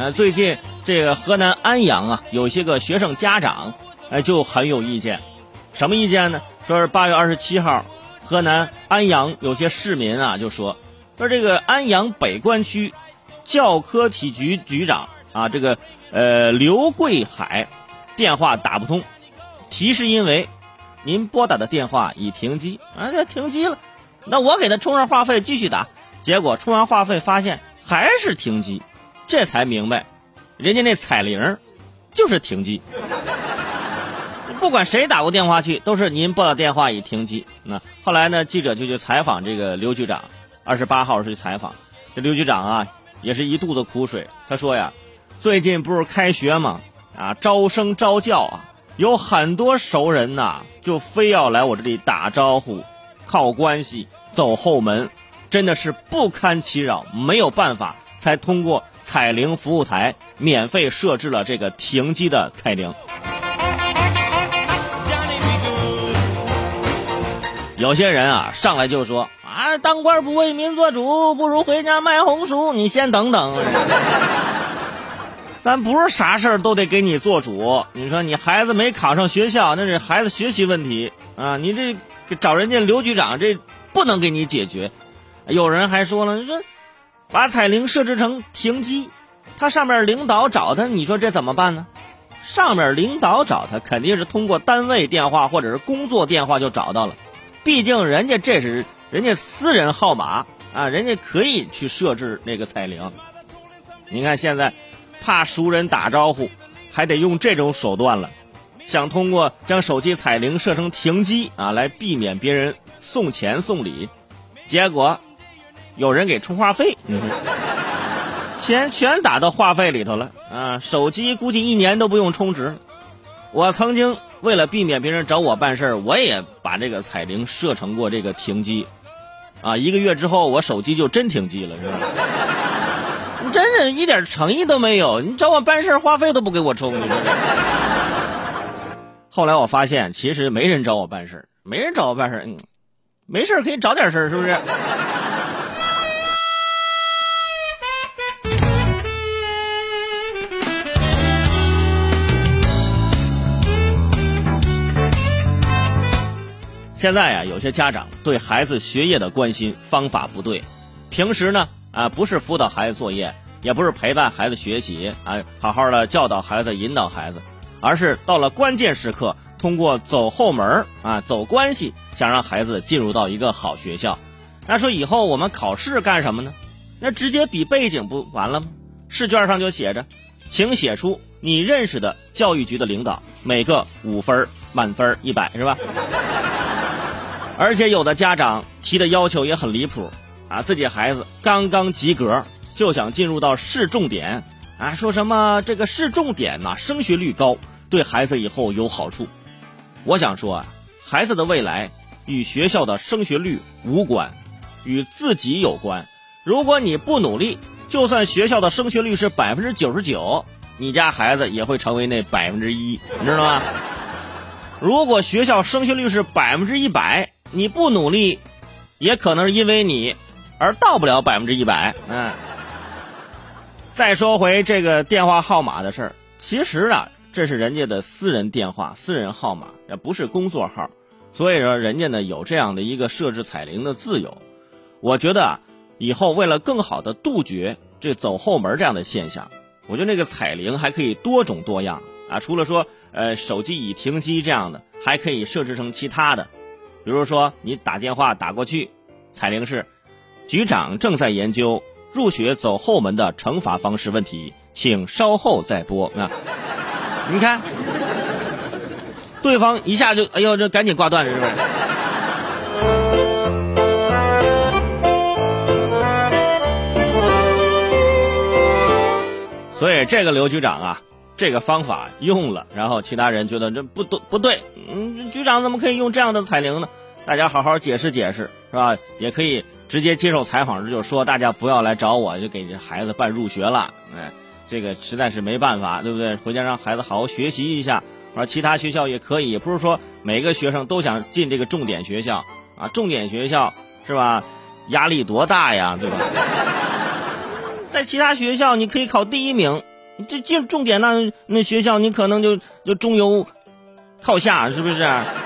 最近这个河南安阳啊，有些个学生家长就很有意见。什么意见呢？说是8月27号，河南安阳有些市民啊就说这个安阳北关区教科体局局长啊，这个刘贵海电话打不通，提示因为您拨打的电话已停机啊，这停机了。那我给他充上话费继续打，结果充完话费发现还是停机，这才明白人家那彩铃就是停机。不管谁打过电话去，都是您拨打电话已停机。那后来呢，记者就去采访这个刘局长，28号去采访这刘局长啊，也是一肚子苦水。他说呀，最近不是开学嘛，招生招教啊，有很多熟人呐，就非要来我这里打招呼，靠关系走后门，真的是不堪其扰，没有办法才通过彩铃服务台免费设置了这个停机的彩铃。有些人啊上来就说当官不为民做主，不如回家卖红薯，你先等等。咱不是啥事儿都得给你做主，你说你孩子没考上学校，那是孩子学习问题啊，你这找人家刘局长这不能给你解决。有人还说了，你说把彩铃设置成停机，他上面领导找他，你说这怎么办呢？上面领导找他肯定是通过单位电话或者是工作电话就找到了，毕竟人家这是人家私人号码啊，人家可以去设置那个彩铃。你看现在怕熟人打招呼还得用这种手段了，想通过将手机彩铃设成停机啊，来避免别人送钱送礼，结果有人给充话费，钱全打到话费里头了啊！手机估计1年都不用充值。我曾经为了避免别人找我办事，我也把这个彩铃设成过这个停机啊，1个月之后我手机就真停机了，是吧？你真是一点诚意都没有，你找我办事话费都不给我充，你说这。后来我发现其实没人找我办事，没人找我办事，没事可以找点事，是不是？现在呀，有些家长对孩子学业的关心方法不对，平时呢不是辅导孩子作业，也不是陪伴孩子学习好好的教导孩子引导孩子，而是到了关键时刻通过走后门走关系，想让孩子进入到一个好学校。那说以后我们考试干什么呢？那直接比背景不完了吗？试卷上就写着，请写出你认识的教育局的领导，每个5分，满分100，是吧？而且有的家长提的要求也很离谱自己孩子刚刚及格就想进入到市重点说什么这个市重点升学率高，对孩子以后有好处。我想说孩子的未来与学校的升学率无关，与自己有关。如果你不努力，就算学校的升学率是99%，你家孩子也会成为那1%，你知道吗？如果学校升学率是100%，你不努力，也可能是因为你而到不了100%。再说回这个电话号码的事儿，其实这是人家的私人电话、私人号码，也不是工作号，所以说人家呢有这样的一个设置彩铃的自由。我觉得以后为了更好的杜绝这走后门这样的现象，我觉得那个彩铃还可以多种多样除了说手机已停机这样的，还可以设置成其他的。比如说你打电话打过去，彩铃是局长正在研究入学走后门的惩罚方式问题，请稍后再拨你看对方一下就这赶紧挂断了，是不是？所以这个刘局长这个方法用了，然后其他人觉得这不对，局长怎么可以用这样的彩铃呢？大家好好解释解释，是吧？也可以直接接受采访时就说，大家不要来找我，就给孩子办入学了。这个实在是没办法，对不对？回家让孩子好好学习一下，而其他学校也可以，也不是说每个学生都想进这个重点学校重点学校是吧？压力多大呀，对吧？在其他学校你可以考第1名， 这重点那学校你可能就中游靠下，是不是？